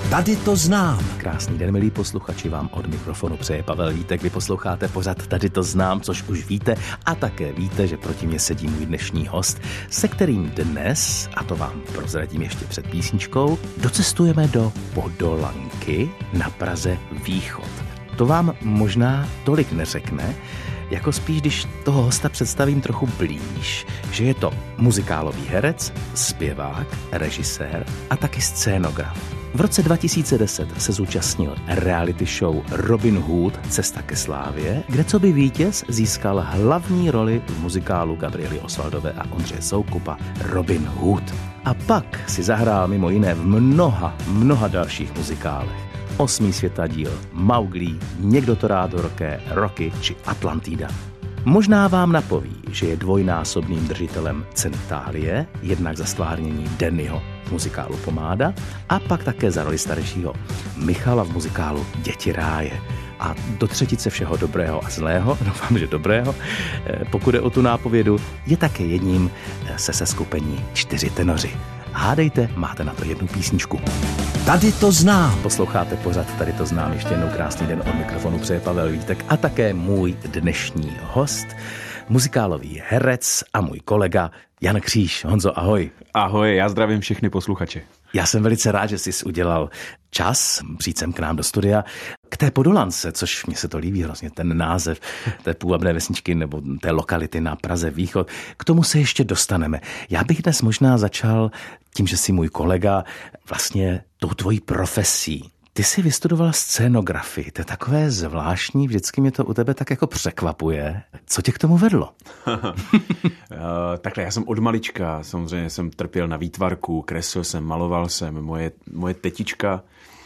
Tady to znám. Krásný den, milí posluchači, vám od mikrofonu přeje Pavel Vítek. Vy posloucháte pořad Tady to znám, což už víte, a také víte, že proti mně sedí můj dnešní host, se kterým dnes, a to vám prozradím ještě před písničkou, docestujeme do Podolanky na Praze Východ. To vám možná tolik neřekne, jako spíš, když toho hosta představím trochu blíž, že je to muzikálový herec, zpěvák, režisér a taky scénograf. V roce 2010 se zúčastnil reality show Robin Hood Cesta ke slávě, kde co by vítěz získal hlavní roli v muzikálu Gabriely Osvaldové a Ondřeje Soukupa Robin Hood. A pak si zahrál mimo jiné v mnoha dalších muzikálech. 8. světadíl, Mowgli, Někdo to rád horké, Rocky či Atlantida. Možná vám napoví, že je dvojnásobným držitelem ceny Thálie, jednak za stvárnění Dannyho v muzikálu Pomáda a pak také za roli staršího Michala v muzikálu Děti ráje. A do třetice všeho dobrého a zlého, doufám, že dobrého, pokud je o tu nápovědu, je také jedním se seskupení 4 tenoři. Hádejte, máte na to jednu písničku. Tady to znám. Posloucháte pořad Tady to znám. Ještě jednou krásný den, od mikrofonu přeje Pavel Vítek a také můj dnešní host, muzikálový herec a můj kolega Jan Kříž. Honzo, ahoj. Ahoj, já zdravím všechny posluchače. Já jsem velice rád, že jsi udělal čas přijít sem k nám do studia. K té Podolance, což mně se to líbí hrozně, ten název té půvabné vesničky nebo té lokality na Praze Východ, k tomu se ještě dostaneme. Já bych dnes možná začal tím, že jsi můj kolega, vlastně tou tvojí profesí. Ty jsi vystudoval scénografii, to je takové zvláštní, vždycky mě to u tebe tak jako překvapuje. Co tě k tomu vedlo? Takhle, já jsem od malička, samozřejmě jsem trpěl na výtvarku, kreslil jsem, maloval jsem, moje tetička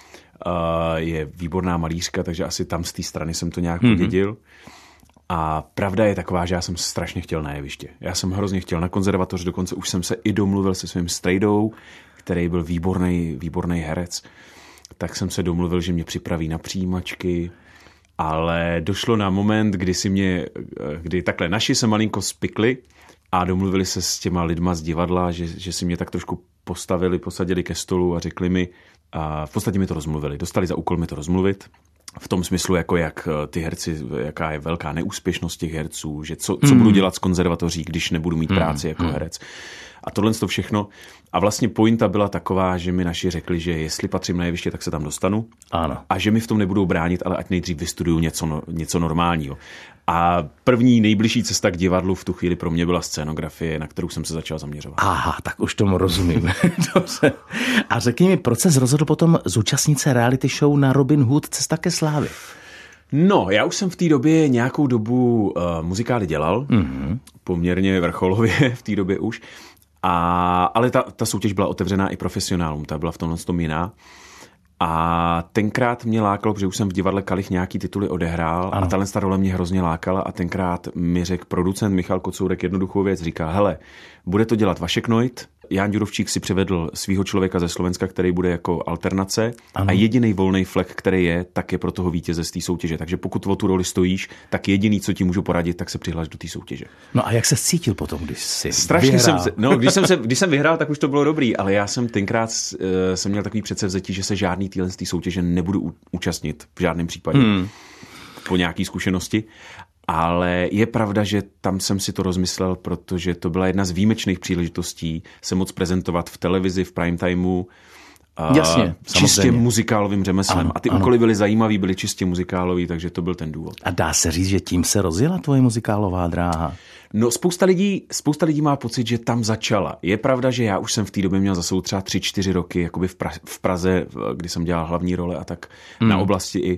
je výborná malířka, takže asi tam z té strany jsem to nějak podědil. A pravda je taková, že já jsem strašně chtěl na jeviště. Já jsem hrozně chtěl na konzervatoř, dokonce už jsem se i domluvil se svým strejdou, který byl výborný herec. Tak jsem se domluvil, že mě připraví na přijímačky, ale došlo na moment, kdy takhle naši se malinko spikli a domluvili se s těma lidma z divadla, že si mě tak trošku posadili ke stolu a řekli mi, a v podstatě mi to rozmluvili. Dostali za úkol mi to rozmluvit. V tom smyslu, jako jak ty herci, jaká je velká neúspěšnost těch herců, že co budu dělat z konzervatoří, když nebudu mít práci jako herec. A tohle to všechno. A vlastně pointa byla taková, že mi naši řekli, že jestli patřím na jeviště, tak se tam dostanu. Ano. A že mi v tom nebudou bránit, ale ať nejdřív vystuduju něco normálního. A první nejbližší cesta k divadlu v tu chvíli pro mě byla scénografie, na kterou jsem se začal zaměřovat. Aha, tak už tomu rozumím. Dobře. A řekni mi, proč ses rozhodl potom zúčastnit se reality show na Robin Hood Cesta ke slávě? No, já už jsem v té době nějakou dobu muzikály dělal, poměrně vrcholově v té době už. Ale ta soutěž byla otevřená i profesionálům, ta byla v tomhle tom jiná. A tenkrát mě lákalo, protože už jsem v divadle Kalich nějaký tituly odehrál. Ano. A tahle role mě hrozně lákala a tenkrát mi řekl producent Michal Kocourek jednoduchou věc. Říká, hele, bude to dělat Vašek Noit, Jan Ďurovčík si přivedl svýho člověka ze Slovenska, který bude jako alternace. Ano. A jediný volný flek, který je, tak je pro toho vítěze z té soutěže. Takže pokud o tu roli stojíš, tak jediný, co ti můžu poradit, tak se přihlaš do té soutěže. No a jak se cítil potom, když jsi strašně vyhrál? Když jsem vyhrál, tak už to bylo dobrý, ale já jsem tenkrát jsem měl takový předsevzetí, že se žádný z té soutěže nebudu účastnit v žádném případě. Po nějaký zkušenosti. Ale je pravda, že tam jsem si to rozmyslel, protože to byla jedna z výjimečných příležitostí se moc prezentovat v televizi, v prime timeu, jasně, čistě muzikálovým řemeslem. Ano, a ty ano. úkoly byly zajímavý, byly čistě muzikálový, takže to byl ten důvod. A dá se říct, že tím se rozjela tvoje muzikálová dráha? No, spousta lidí má pocit, že tam začala. Je pravda, že já už jsem v té době měl za sebou třeba 3-4 roky jakoby v Praze, kdy jsem dělal hlavní role a tak na oblasti i.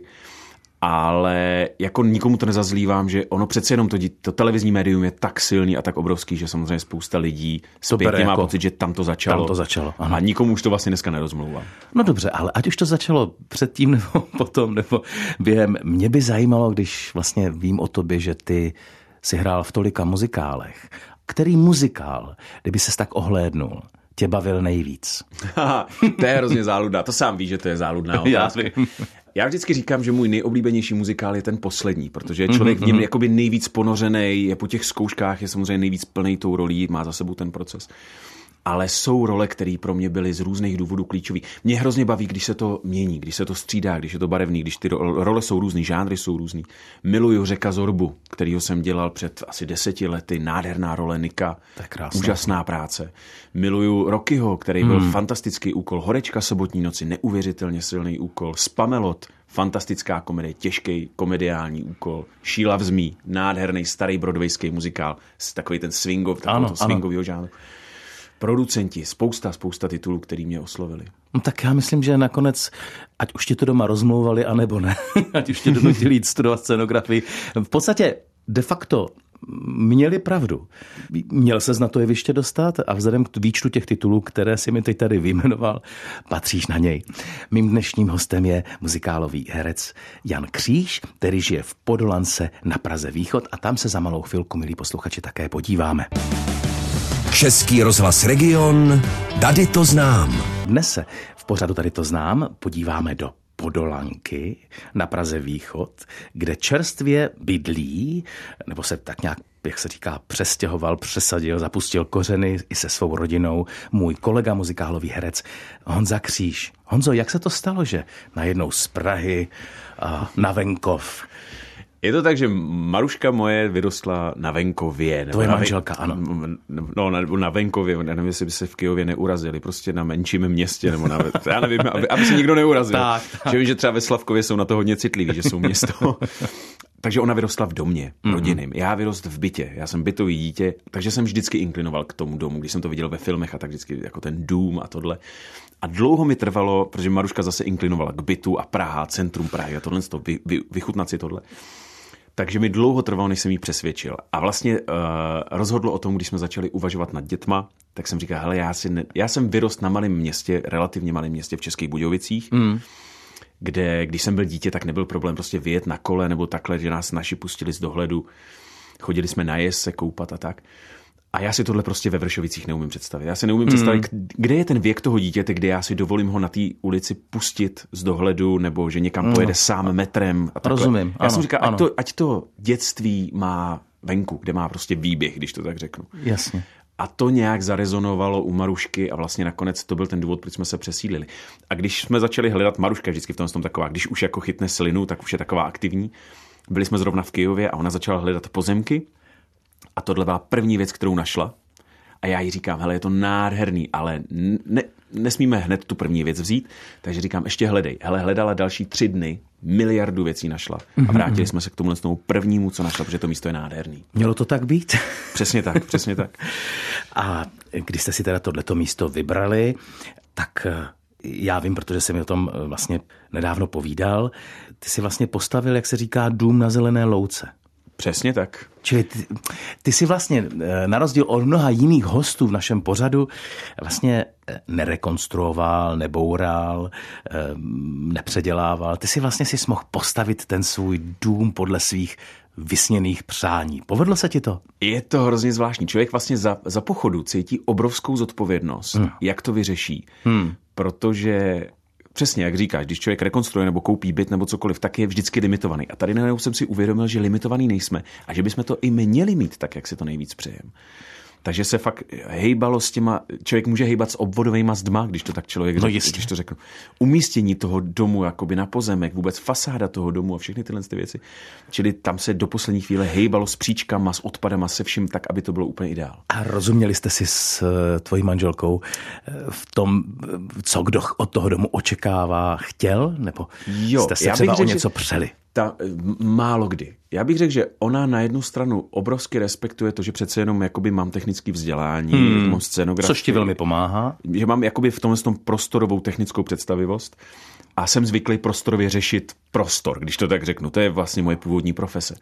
Ale jako nikomu to nezazlívám, že ono přece jenom to televizní médium je tak silný a tak obrovský, že samozřejmě spousta lidí zpětně má pocit, že tam to začalo. Tam to začalo, ano. A nikomu už to vlastně dneska nerozmlouvám. No dobře, ale ať už to začalo předtím nebo potom, nebo během, mě by zajímalo, když vlastně vím o tobě, že ty si hrál v tolika muzikálech. Který muzikál, kdyby ses tak ohlédnul, tě bavil nejvíc? To je hrozně záludná. To sám víš, že to je záludná otázka. Já vždycky říkám, že můj nejoblíbenější muzikál je ten poslední, protože je člověk v něm jakoby nejvíc ponořený, je po těch zkouškách, je samozřejmě nejvíc plnej tou rolí, má za sebou ten proces. ale jsou role, které pro mě byly z různých důvodů klíčové. Mě hrozně baví, když se to mění, když se to střídá, když je to barevný, když ty role jsou různý, žánry jsou různý. Miluju Řeka Zorbu, kterýho jsem dělal před asi 10 lety, nádherná role Nika, úžasná práce. Miluju Rockyho, který byl fantastický úkol, Horečka sobotní noci, neuvěřitelně silný úkol, Spamelot, fantastická komedie, těžký komediální úkol, She Loves Me, nádherný starý broadwayský muzikál, takový ten swingovýho žánru. Producenti, spousta titulů, který mě oslovili. No tak já myslím, že nakonec, ať už ti to doma rozmlouvali, anebo ne, ať už tě donutili jít studovat scenografii, v podstatě de facto měli pravdu. Měl ses na to jeviště dostat a vzhledem k výčtu těch titulů, které si mi teď tady vyjmenoval, patříš na něj. Mým dnešním hostem je muzikálový herec Jan Kříž, který žije v Podolance na Praze Východ a tam se za malou chvilku, milí posluchači, také podíváme. Český rozhlas Region, Tady to znám. Dnes se v pořadu Tady to znám podíváme do Podolanky na Praze Východ, kde čerstvě bydlí, nebo se tak nějak, jak se říká, přestěhoval, přesadil, zapustil kořeny i se svou rodinou můj kolega muzikálový herec Honza Kříž. Honzo, jak se to stalo, že najednou z Prahy na venkov? Je to tak, že Maruška moje vyrostla na venkově. Tvoje manželka, ano. No, na venkově, nevím, jestli by se v Kyjově neurazili, prostě na menším městě, nebo já nevím, aby se nikdo neurazil. Tak. Že vím, že třeba ve Slavkově jsou na to hodně citliví, že jsou město. Takže ona vyrostla v domě rodinným. Já vyrost v bytě, já jsem bytový dítě, takže jsem vždycky inklinoval k tomu domu, když jsem to viděl ve filmech a tak vždycky jako ten dům a tohle. A dlouho mi trvalo, protože Maruška zase inklinovala k bytu a Praha, centrum Prahy a tohle, vychutnat si tohle. Takže mi dlouho trvalo, než jsem jí přesvědčil. A vlastně rozhodlo o tom, když jsme začali uvažovat nad dětma, tak jsem říkal, hele, já jsem vyrost na malém městě, relativně malém městě v Českých Budějovicích, kde, když jsem byl dítě, tak nebyl problém prostě vyjet na kole nebo takhle, že nás naši pustili z dohledu. Chodili jsme na jez se koupat a tak. A já si tohle prostě ve Vršovicích neumím představit. Já si neumím představit, kde je ten věk toho dítěte, kde já si dovolím ho na té ulici pustit z dohledu, nebo že někam pojede sám metrem. A rozumím. Já jsem říkal, ať to dětství má venku, kde má prostě výběh, když to tak řeknu. Jasně. A to nějak zarezonovalo u Marušky a vlastně nakonec to byl ten důvod, proč jsme se přesídlili. A když jsme začali hledat, Maruška vždycky v tom taková, když už jako chytne slinu, tak už je taková aktivní. Byli jsme zrovna v Kyjově a ona začala hledat pozemky. A tohle byla první věc, kterou našla. A já jí říkám, hele, je to nádherný, ale nesmíme hned tu první věc vzít. Takže říkám, ještě hledej. Hele, hledala další 3 dny, miliardu věcí našla. A vrátili jsme se k tomu prvnímu, co našla, protože to místo je nádherný. Mělo to tak být? Přesně tak, přesně tak. A když jste si teda tohleto místo vybrali, tak já vím, protože jsem mi o tom vlastně nedávno povídal, ty si vlastně postavil, jak se říká, dům na zelené louce. Přesně tak. Čili ty si vlastně, na rozdíl od mnoha jiných hostů v našem pořadu, vlastně nerekonstruoval, neboural, nepředělával. Ty si vlastně si mohl postavit ten svůj dům podle svých vysněných přání. Povedlo se ti to? Je to hrozně zvláštní. Člověk vlastně za pochodu cítí obrovskou zodpovědnost, jak to vyřeší. Protože přesně, jak říkáš, když člověk rekonstruuje nebo koupí byt nebo cokoliv, tak je vždycky limitovaný. A tady najednou jsem si uvědomil, že limitovaný nejsme a že bychom to i měli mít tak, jak si to nejvíc přejeme. Takže se fakt hejbalo s těma, člověk může hejbat s obvodovejma zdma, když to tak člověk když to řeknu. Umístění toho domu jakoby na pozemek, vůbec fasáda toho domu a všechny tyhle věci. Čili tam se do poslední chvíle hejbalo s příčkama, s odpadama, se vším tak, aby to bylo úplně ideál. A rozuměli jste si s tvojí manželkou v tom, co kdo od toho domu očekává, chtěl? Nebo jste se třeba o něco přeli? Málo kdy. Já bych řekl, že ona na jednu stranu obrovsky respektuje to, že přece jenom jakoby mám technické vzdělání, mám scenografii. Což ti velmi pomáhá. Že mám jakoby v tomhle prostorovou technickou představivost a jsem zvyklý prostorově řešit prostor, když to tak řeknu. To je vlastně moje původní profese.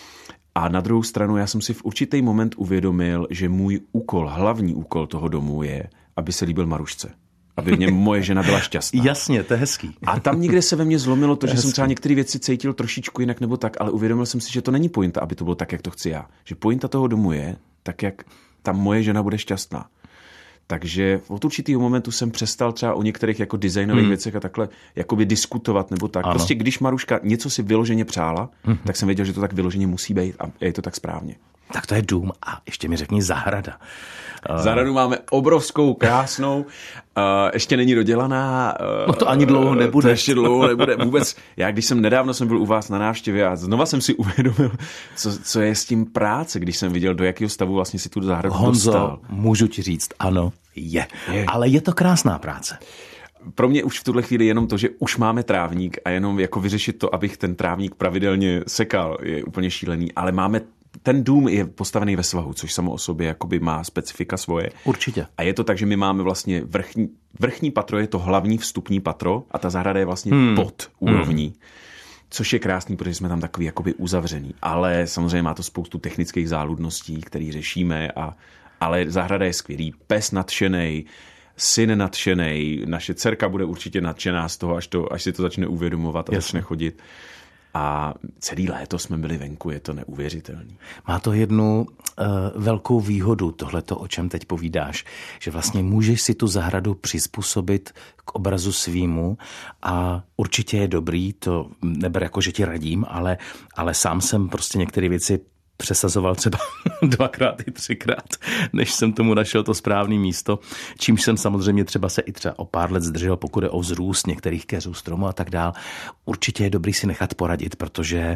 A na druhou stranu já jsem si v určitý moment uvědomil, že můj úkol, hlavní úkol toho domu je, aby se líbil Marušce. Aby mě moje žena byla šťastná. Jasně, to je hezký. A tam někde se ve mně zlomilo to, že jsem třeba některé věci cítil trošičku jinak nebo tak, ale uvědomil jsem si, že to není pointa, aby to bylo tak, jak to chci já. Že pointa toho domu je tak, jak tam moje žena bude šťastná. Takže od určitého momentu jsem přestal třeba o některých jako designových věcech a takhle jakoby diskutovat nebo tak. Prostě když Maruška něco si vyloženě přála, tak jsem věděl, že to tak vyloženě musí být a je to tak správně. Tak to je dům a ještě mi řekni zahrada. Zahradu máme obrovskou, krásnou, ještě není dodělaná. No to ani dlouho nebude. To ještě dlouho nebude. Vůbec, já když nedávno jsem byl u vás na návštěvě a znova jsem si uvědomil, co je s tím práce, když jsem viděl, do jakého stavu vlastně si tu zahradu dostal. Můžu ti říct, ano, je. Ale je to krásná práce. Pro mě už v tuhle chvíli jenom to, že už máme trávník a jenom jako vyřešit to, abych ten trávník pravidelně sekal, je úplně šílený, ale ten dům je postavený ve svahu, což samo o sobě jakoby má specifika svoje. Určitě. A je to tak, že my máme vlastně vrchní patro, je to hlavní vstupní patro a ta zahrada je vlastně pod úrovní. Což je krásný, protože jsme tam takový jakoby uzavřený. Ale samozřejmě má to spoustu technických záludností, které řešíme, ale zahrada je skvělý, pes nadšenej, syn nadšenej, naše dcerka bude určitě nadšená z toho, až si to začne uvědomovat a začne chodit. A celý léto jsme byli venku, je to neuvěřitelný. Má to jednu velkou výhodu, tohleto, o čem teď povídáš, že vlastně můžeš si tu zahradu přizpůsobit k obrazu svýmu a určitě je dobrý, to neber jako, že ti radím, ale sám jsem prostě některé věci přesazoval třeba 2x i 3x, než jsem tomu našel to správné místo, čímž jsem samozřejmě třeba o pár let zdržel, pokud je o vzrůst některých keřů, stromů a tak dál. Určitě je dobrý si nechat poradit, protože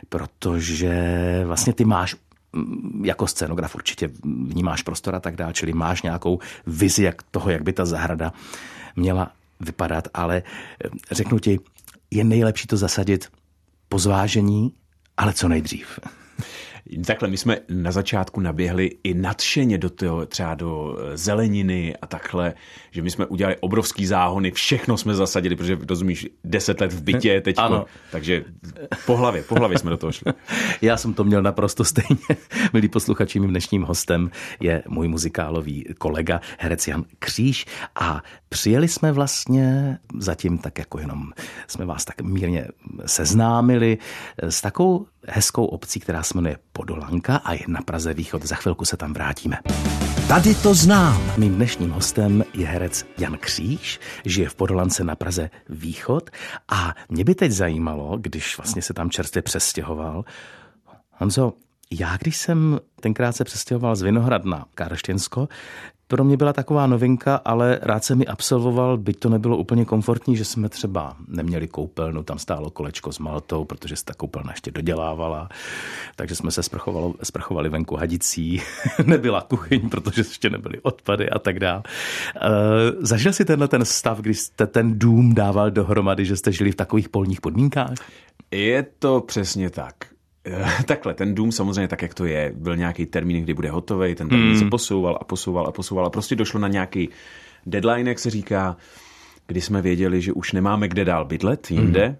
vlastně ty máš jako scénograf určitě vnímáš prostor a tak dál, čili máš nějakou vizi jak by ta zahrada měla vypadat, ale řeknu ti, je nejlepší to zasadit po zvážení, ale co nejdřív. Takhle, my jsme na začátku naběhli i nadšeně do toho, třeba do zeleniny a takhle, že my jsme udělali obrovský záhony, všechno jsme zasadili, protože rozumíš, 10 let v bytě teďko, ano. Takže po hlavě jsme do toho šli. Já jsem to měl naprosto stejně. Milí posluchači, mým dnešním hostem je můj muzikálový kolega, herec Jan Kříž a přijeli jsme vlastně zatím tak jako jenom jsme vás tak mírně seznámili s takovou hezkou obcí, která se jmenuje Podolanka a je na Praze východ. Za chvilku se tam vrátíme. Tady to znám. Mým dnešním hostem je herec Jan Kříž, žije v Podolance na Praze východ a mě by teď zajímalo, když vlastně se tam čerstvě přestěhoval. Honzo, já když jsem tenkrát se přestěhoval z Vinohrad na Karlštěnsko, pro mě byla taková novinka, ale rád jsem ji absolvoval, byť to nebylo úplně komfortní, že jsme třeba neměli koupelnu, tam stálo kolečko s maltou, protože se ta koupelna ještě dodělávala, takže jsme se sprchovali venku hadicí, nebyla kuchyň, protože ještě nebyly odpady a tak dále. Zažil jsi ten stav, když jste ten dům dával dohromady, že jste žili v takových polních podmínkách? Je to přesně tak. Takhle, ten dům samozřejmě tak, jak to je, byl nějaký termín, kdy bude hotovej, ten termín se posouval a prostě došlo na nějaký deadline, jak se říká, kdy jsme věděli, že už nemáme kde dál bydlet jinde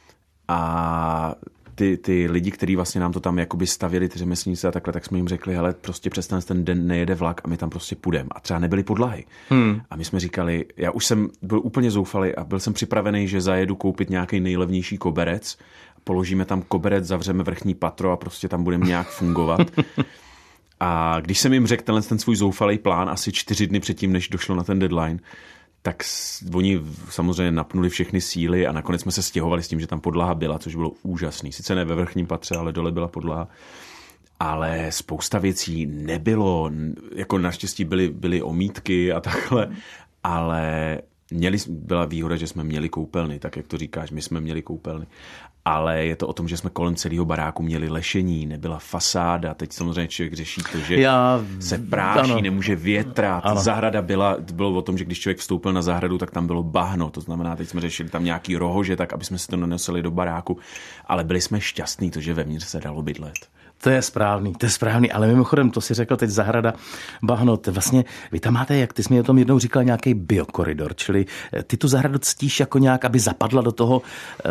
a ty lidi, kteří vlastně nám to tam jakoby stavěli, ty řemeslníci a takhle, tak jsme jim řekli, hele, prostě přes ten den nejede vlak a my tam prostě půjdeme. A třeba nebyly podlahy. A my jsme říkali, já už jsem byl úplně zoufalý a byl jsem připravený, že zajedu koupit nějaký nejlevnější koberec, položíme tam koberec, zavřeme vrchní patro a prostě tam budeme nějak fungovat. A když jsem jim řekl ten svůj zoufalý plán asi 4 dny předtím, než došlo na ten deadline, tak oni samozřejmě napnuli všechny síly a nakonec jsme se stěhovali s tím, že tam podlaha byla, což bylo úžasný. Sice ne ve vrchním patře, ale dole byla podlaha. Ale spousta věcí nebylo, jako naštěstí byly omítky a takhle, ale byla výhoda, že jsme měli koupelny, tak jak to říkáš, my jsme měli koupelny. Ale je to o tom, že jsme kolem celého baráku měli lešení, nebyla fasáda, teď samozřejmě člověk řeší to, že se práší, nemůže větrat. Zahrada bylo o tom, že když člověk vstoupil na zahradu, tak tam bylo bahno, to znamená, teď jsme řešili tam nějaký rohože, tak aby jsme si to nenosili do baráku, ale byli jsme šťastní, to, že vevnitř se dalo bydlet. To je správný, ale mimochodem, to si řekl teď zahrada, bahno, vlastně vy tam máte, jak ty jsi mi o tom jednou říkal, nějaký biokoridor, čili ty tu zahradu ctíš jako nějak, aby zapadla do toho,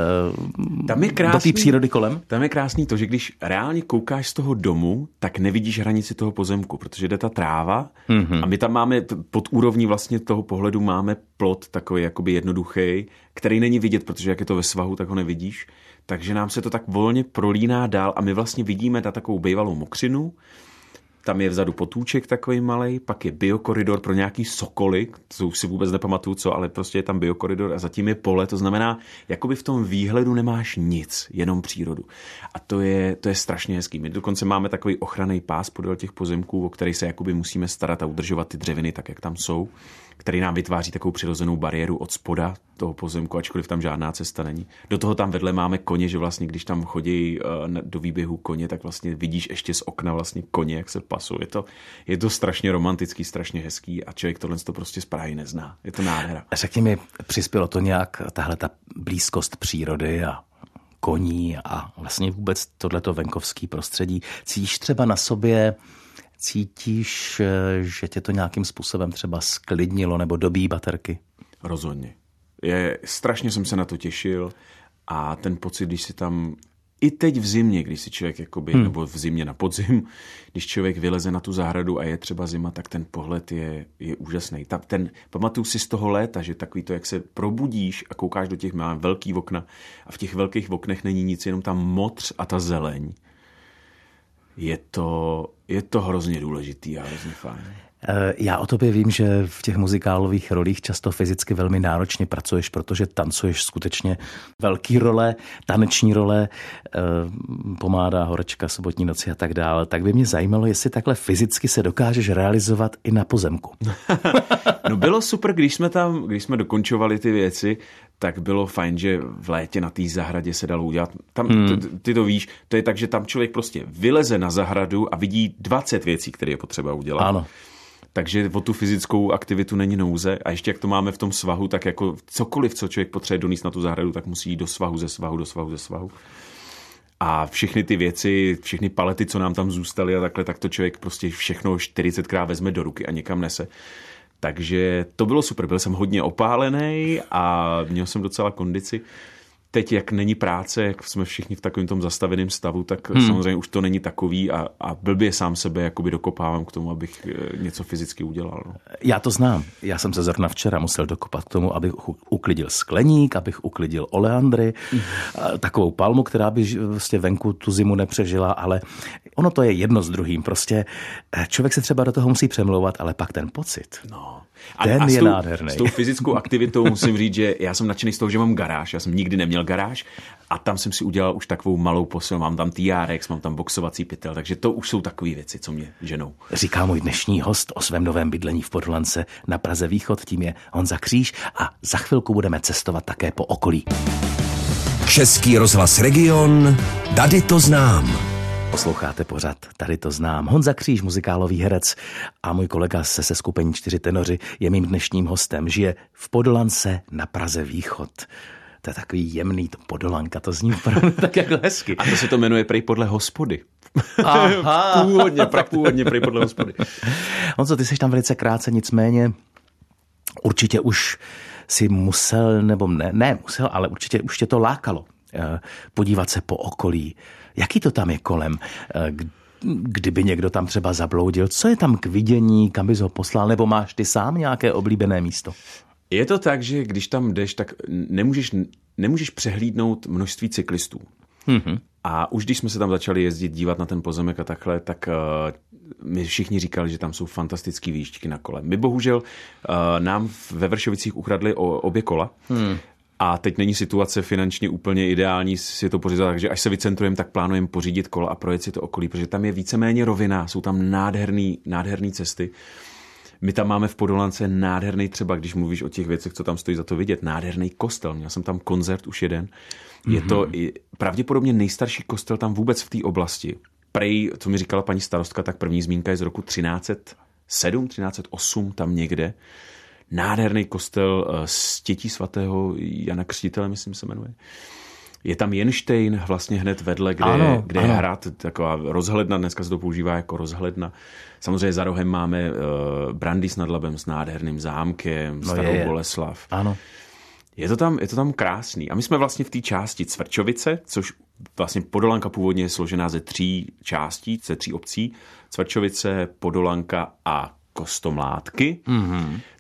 do té přírody kolem? Tam je krásný to, že když reálně koukáš z toho domu, tak nevidíš hranici toho pozemku, protože jde ta tráva a my tam máme pod úrovní vlastně toho pohledu máme plot takový jakoby jednoduchý, který není vidět, protože jak je to ve svahu, tak ho nevidíš. Takže nám se to tak volně prolíná dál a my vlastně vidíme takovou bývalou mokřinu, tam je vzadu potůček takový malej, pak je biokoridor pro nějaký sokoly, to už si vůbec nepamatuju co, ale prostě je tam biokoridor a zatím je pole, to znamená, jakoby v tom výhledu nemáš nic, jenom přírodu. A to je strašně hezký. My dokonce máme takový ochranný pás podél těch pozemků, o který se jakoby musíme starat a udržovat ty dřeviny tak, jak tam jsou, který nám vytváří takovou přirozenou bariéru od spoda toho pozemku, ačkoliv tam žádná cesta není. Do toho tam vedle máme koně, že vlastně, když tam chodí do výběhu koně, tak vlastně vidíš ještě z okna vlastně koně, jak se pasou. Je to strašně romantický, strašně hezký a člověk tohle to prostě z Prahy nezná. Je to nádhera. Řekni mi, přispělo to nějak tahle ta blízkost přírody a koní a vlastně vůbec tohleto venkovský prostředí? Cítíš třeba na sobě, že tě to nějakým způsobem třeba sklidnilo nebo dobíjí baterky? Rozhodně. Strašně jsem se na to těšil a ten pocit, když si tam i teď v zimě, když si člověk jakoby, nebo v zimě na podzim, když člověk vyleze na tu zahradu a je třeba zima, tak ten pohled je úžasný. Pamatuju si z toho léta, že takový to, jak se probudíš a koukáš do těch, máme velký okna a v těch velkých oknech není nic, jenom tam motř a ta zeleň. Je to hrozně důležitý a hrozně fajn. Já o tobě vím, že v těch muzikálových rolích často fyzicky velmi náročně pracuješ, protože tancuješ skutečně velký role, taneční role, Pomáda, Horečka, Sobotní noci a tak dále. Tak by mě zajímalo, jestli takhle fyzicky se dokážeš realizovat i na pozemku. No bylo super, když jsme dokončovali ty věci, tak bylo fajn, že v létě na té zahradě se dalo udělat. Ty to víš, to je tak, že tam člověk prostě vyleze na zahradu a vidí 20 věcí, které je potřeba udělat. Ano. Takže o tu fyzickou aktivitu není nouze. A ještě jak to máme v tom svahu, tak jako cokoliv, co člověk potřebuje donést na tu zahradu, tak musí jít do svahu, ze svahu. A všechny ty věci, všechny palety, co nám tam zůstaly a takhle, tak to člověk prostě všechno 40krát vezme do ruky a někam nese. Takže to bylo super. Byl jsem hodně opálený a měl jsem docela kondici. Teď, jak není práce, jak jsme všichni v takovém tom zastaveném stavu, tak samozřejmě už to není takový a blbě sám sebe jakoby dokopávám k tomu, abych něco fyzicky udělal. No. Já to znám. Já jsem se zrovna včera musel dokopat k tomu, abych uklidil skleník, abych uklidil oleandry, takovou palmu, která by vlastně venku tu zimu nepřežila, ale ono to je jedno s druhým. Prostě člověk se třeba do toho musí přemlouvat, ale pak ten pocit. No. Ten je nádherný. S tou fyzickou aktivitou musím říct, že já jsem nadšený z toho, že mám garáž. Já jsem nikdy neměl garáž a tam jsem si udělal už takovou malou posil. Mám tam TRX, mám tam boxovací pytel, takže to už jsou takové věci, co mě ženou. Říká můj dnešní host o svém novém bydlení v Podolance na Praze Východ, tím je Honza Kříž a za chvilku budeme cestovat také po okolí. Český rozhlas Region, tady to znám. Posloucháte pořad Tady to znám. Honza Kříž, muzikálový herec a můj kolega se seskupení 4 tenoři je mým dnešním hostem. Žije v Podolance na Praze Východ. To je takový jemný, to Podolanka, to zní opravdu tak jako hezky. A to se to jmenuje prej podle hospody. Aha. Původně prej podle hospody. Honzo, ty jsi tam velice krátce, nicméně určitě už si musel, nebo ne musel, ale určitě už tě to lákalo podívat se po okolí. Jaký to tam je kolem? Kdyby někdo tam třeba zabloudil, co je tam k vidění, kam bys ho poslal, nebo máš ty sám nějaké oblíbené místo? Je to tak, že když tam jdeš, tak nemůžeš přehlídnout množství cyklistů. Mm-hmm. A už když jsme se tam začali jezdit, dívat na ten pozemek a takhle, tak mi všichni říkali, že tam jsou fantastické výšťky na kole. My bohužel nám ve Vršovicích ukradli obě kola. A teď není situace finančně úplně ideální si to pořídit, takže až se vycentrujeme, tak plánujeme pořídit kola a projet si to okolí, protože tam je víceméně rovina, jsou tam nádherný cesty. My tam máme v Podolance nádherný, třeba když mluvíš o těch věcech, co tam stojí za to vidět, nádherný kostel. Měl jsem tam koncert už jeden. Je to pravděpodobně nejstarší kostel tam vůbec v té oblasti. Prej, co mi říkala paní starostka, tak první zmínka je z roku 1307, 1308, tam někde. Nádherný kostel Stětí svatého Jana Křtitele, myslím se jmenuje. Je tam Jenštejn vlastně hned vedle, kde je hrad, taková rozhledna, dneska se to používá jako rozhledna. Samozřejmě za rohem máme Brandýs nad Labem s nádherným zámkem, Starou Boleslav. Ano. Je to tam krásný. A my jsme vlastně v té části Cvrčovice, což vlastně Podolanka původně je složená ze 3 částí, ze 3 obcí. Cvrčovice, Podolanka a Kostomlátky,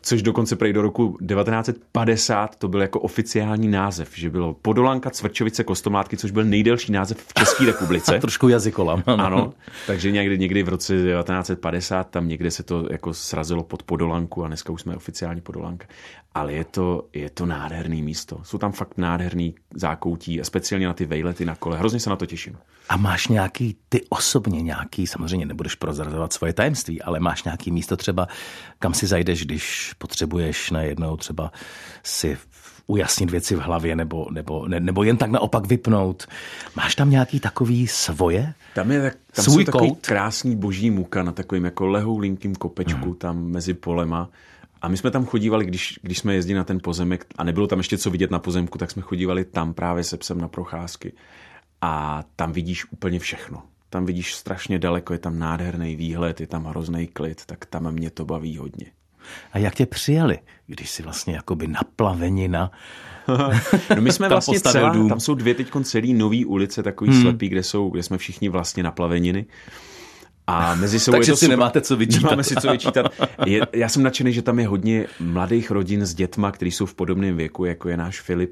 což dokonce prej do roku 1950 to byl jako oficiální název, že bylo Podolanka, Cvrčovice, Kostomlátky, což byl nejdelší název v České republice. Trošku jazykolam. Ano, takže někdy v roce 1950 tam někde se to jako srazilo pod Podolanku a dneska už jsme oficiální Podolanka. Ale je to nádherný místo. Jsou tam fakt nádherný zákoutí a speciálně na ty vejlety na kole. Hrozně se na to těším. A máš nějaký, ty osobně nějaký, samozřejmě nebudeš prozrazovat svoje tajemství, ale máš nějaký místo třeba, kam si zajdeš, když potřebuješ najednou třeba si ujasnit věci v hlavě nebo jen tak naopak vypnout. Máš tam nějaký takový svoje? Tam jsou takový krásný boží muka na takovým jako lehoulinkým kopečku tam mezi polema. A my jsme tam chodívali, když jsme jezdili na ten pozemek a nebylo tam ještě co vidět na pozemku, tak jsme chodívali tam právě se psem na procházky. A tam vidíš úplně všechno. Tam vidíš strašně daleko, je tam nádherný výhled, je tam hrozný klid, tak tam mě to baví hodně. A jak tě přijali, když jsi vlastně jakoby na plavenina? No my jsme vlastně tam jsou dvě teďkon celý nový ulice, takový slepý, kde jsme všichni vlastně na plaveniny. A mezi sebou takže je to si nemáte co vyčítat. Nemáme si co vyčítat. Já jsem nadšený, že tam je hodně mladých rodin s dětma, kteří jsou v podobném věku, jako je náš Filip.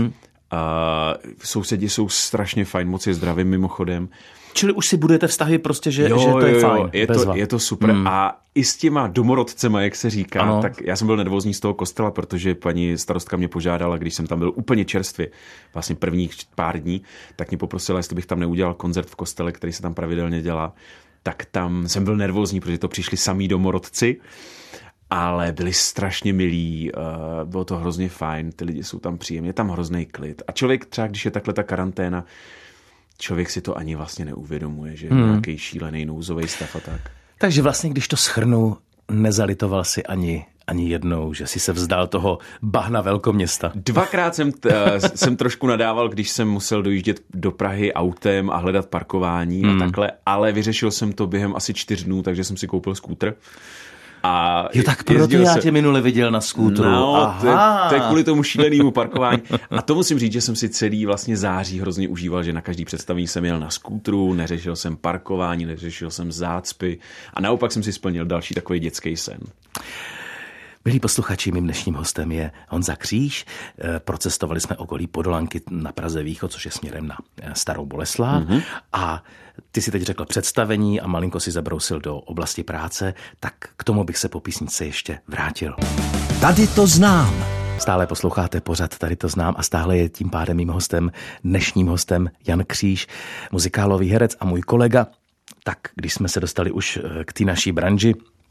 Sousedi jsou strašně fajn, moc je zdravý mimochodem. Čili už si budete vztahy prostě, že to je fajn. Je to super. A i s těma domorodcema, jak se říká, ano. Tak já jsem byl nervózní z toho kostela, protože paní starostka mě požádala, když jsem tam byl úplně čerstvě, vlastně prvních pár dní, tak mě poprosila, jestli bych tam neudělal koncert v kostele, který se tam pravidelně dělá. Tak tam jsem byl nervózní, protože to přišli samý domorodci, ale byli strašně milí, bylo to hrozně fajn, ty lidi jsou tam příjemně, je tam hrozný klid. A člověk třeba, když je takhle ta karanténa, člověk si to ani vlastně neuvědomuje, že je nějaký šílený nouzový stav a tak. Takže vlastně, když to shrnu, nezalitoval si ani jednou, že jsi se vzdal toho bahna velkoměsta. Dvakrát jsem trošku nadával, když jsem musel dojíždět do Prahy autem a hledat parkování a takhle, ale vyřešil jsem to během asi 4 dnů, takže jsem si koupil skútr. Jo, tak proto já tě minule viděl na skútru. No, to je kvůli tomu šílenému parkování. A to musím říct, že jsem si celý vlastně září hrozně užíval, že na každý představení jsem jel na skútru, neřešil jsem parkování, neřešil jsem zácpy a naopak jsem si splnil další takový dětský sen. Milí posluchači, mým dnešním hostem je Honza Kříž. Procestovali jsme okolí Podolanky na Praze východ, což je směrem na Starou Boleslav. A ty si teď řekl představení a malinko si zabrousil do oblasti práce, tak k tomu bych se po písničce ještě vrátil. Tady to znám. Stále posloucháte pořad Tady to znám a stále je tím pádem mým hostem, dnešním hostem Jan Kříž, muzikálový herec a můj kolega. Tak když jsme se dostali už k té naší branži,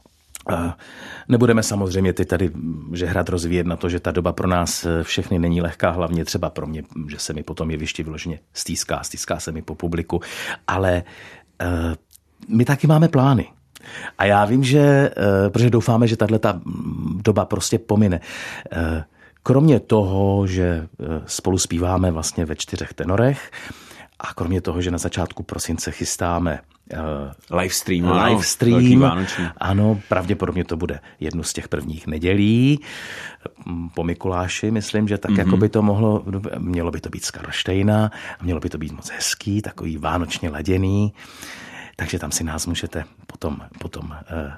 nebudeme samozřejmě ty tady žehrat rozvíjet na to, že ta doba pro nás všechny není lehká, hlavně třeba pro mě, že se mi potom jeviště vyloženě stýská se mi po publiku, ale my taky máme plány. A já vím, že, protože doufáme, že tato doba prostě pomine. Kromě toho, že spolu zpíváme vlastně ve 4 tenorech a kromě toho, že na začátku prosince chystáme livestream, ano, pravděpodobně to bude jednu z těch prvních nedělí po Mikuláši, myslím, že tak jako by to mělo by to být z Karlštejna a mělo by to být moc hezký, takový vánočně laděný, takže tam si nás můžete potom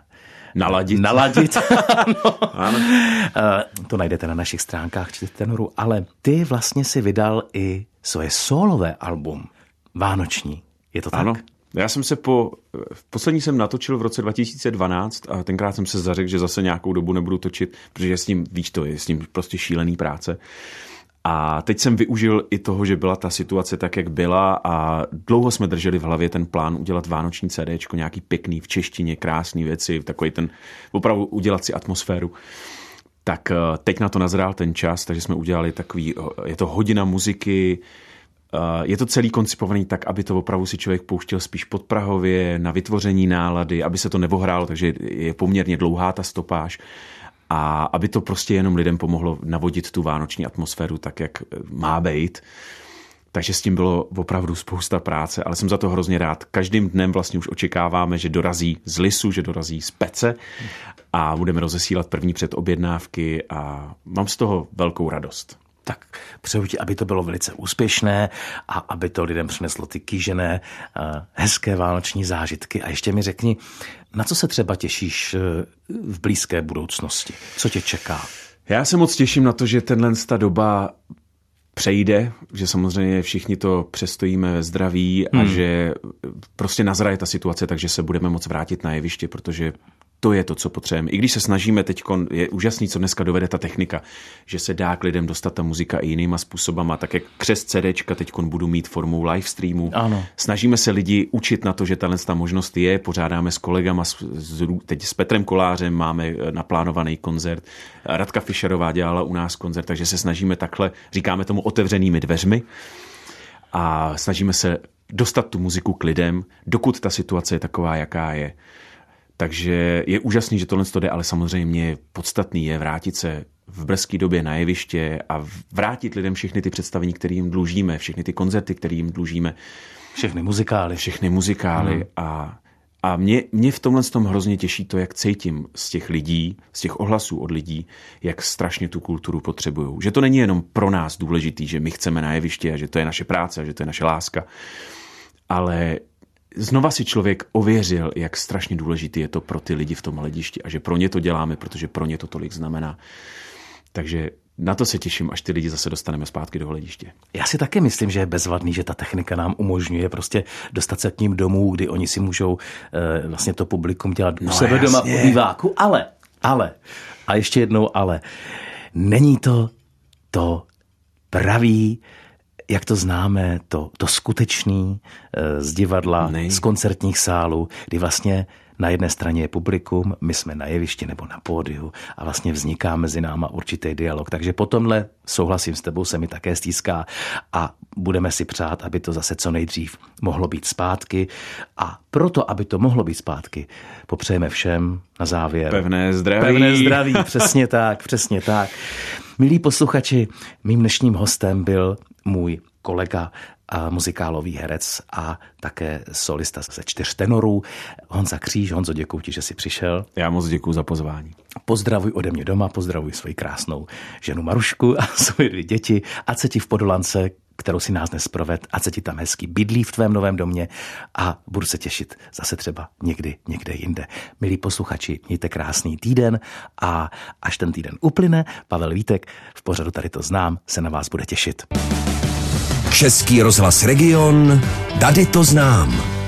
naladit. Ano. To najdete na našich stránkách 4 tenorů, ale ty vlastně si vydal i svoje sólové album vánoční, je to tak? Ano. Já jsem se poslední jsem natočil v roce 2012 a tenkrát jsem se zařekl, že zase nějakou dobu nebudu točit, protože s ním, víš to, je s ním prostě šílený práce. A teď jsem využil i toho, že byla ta situace tak, jak byla a dlouho jsme drželi v hlavě ten plán udělat vánoční CDčko, nějaký pěkný v češtině, krásný věci, takový ten, opravdu udělat si atmosféru. Tak teď na to nazrál ten čas, takže jsme udělali takový, je to hodina muziky, je to celý koncipovaný tak, aby to opravdu si člověk pouštěl spíš podprahově, na vytvoření nálady, aby se to nevohrálo, takže je poměrně dlouhá ta stopáž a aby to prostě jenom lidem pomohlo navodit tu vánoční atmosféru tak, jak má být. Takže s tím bylo opravdu spousta práce, ale jsem za to hrozně rád. Každým dnem vlastně už očekáváme, že dorazí z Lisu, že dorazí z Pece a budeme rozesílat první předobjednávky a mám z toho velkou radost. Tak přeju ti, aby to bylo velice úspěšné a aby to lidem přineslo ty kýžené, hezké vánoční zážitky. A ještě mi řekni, na co se třeba těšíš v blízké budoucnosti? Co tě čeká? Já se moc těším na to, že ta doba přejde, že samozřejmě všichni to přestojíme ve zdraví a že prostě nazraje ta situace, takže se budeme moc vrátit na jeviště, protože to je to, co potřebujeme. I když se snažíme teď, je úžasný, co dneska dovede ta technika, že se dá k lidem dostat ta muzika i jinýma způsobama, tak jak přes CDčka teď budu mít formou live streamu. Ano. Snažíme se lidi učit na to, že ta možnost je, pořádáme s kolegama, teď s Petrem Kolářem máme naplánovaný koncert, Radka Fischerová dělala u nás koncert, takže se snažíme takhle, říkáme tomu otevřenými dveřmi a snažíme se dostat tu muziku k lidem, dokud ta situace je taková, jaká je. Takže je úžasný, že tohle to jde, ale samozřejmě podstatný je vrátit se v brzké době na jeviště a vrátit lidem všechny ty představení, které jim dlužíme, všechny ty koncerty, které jim dlužíme. Všechny muzikály. A mě v tomhle tom hrozně těší to, jak cítím z těch lidí, z těch ohlasů od lidí, jak strašně tu kulturu potřebujou. Že to není jenom pro nás důležitý, že my chceme na jeviště a že to je naše práce a že to je naše láska, ale znova si člověk ověřil, jak strašně důležitý je to pro ty lidi v tom hledišti a že pro ně to děláme, protože pro ně to tolik znamená. Takže na to se těším, až ty lidi zase dostaneme zpátky do hlediště. Já si taky myslím, že je bezvadný, že ta technika nám umožňuje prostě dostat se k ním domů, kdy oni si můžou vlastně to publikum dělat u sebe doma u diváku. Ale, a ještě jednou ale, není to pravý, jak to známe, to skutečný z divadla, z koncertních sálů, kdy vlastně na jedné straně je publikum, my jsme na jevišti nebo na pódiu a vlastně vzniká mezi náma určitý dialog. Takže po tomhle, souhlasím s tebou, se mi také stýská a budeme si přát, aby to zase co nejdřív mohlo být zpátky. A proto, aby to mohlo být zpátky, popřejeme všem na závěr Pevné zdraví. Pevné zdraví, přesně tak. Milí posluchači, mým dnešním hostem byl můj kolega a muzikálový herec a také solista ze 4 tenorů, Honza Kříž. Honzo, děkuji ti, že jsi přišel. Já moc děkuji za pozvání. Pozdravuj ode mě doma, pozdravuj svoji krásnou ženu Marušku a svoje 2 děti. Ať se ti v Podolance, kterou si nás dnes proved, ať se ti tam hezky bydlí v tvém novém domě a budu se těšit zase třeba někde jinde. Milí posluchači, mějte krásný týden a až ten týden uplyne, Pavel Vítek v pořadu Tady to znám se na vás bude těšit. Český rozhlas Region, Tady to znám.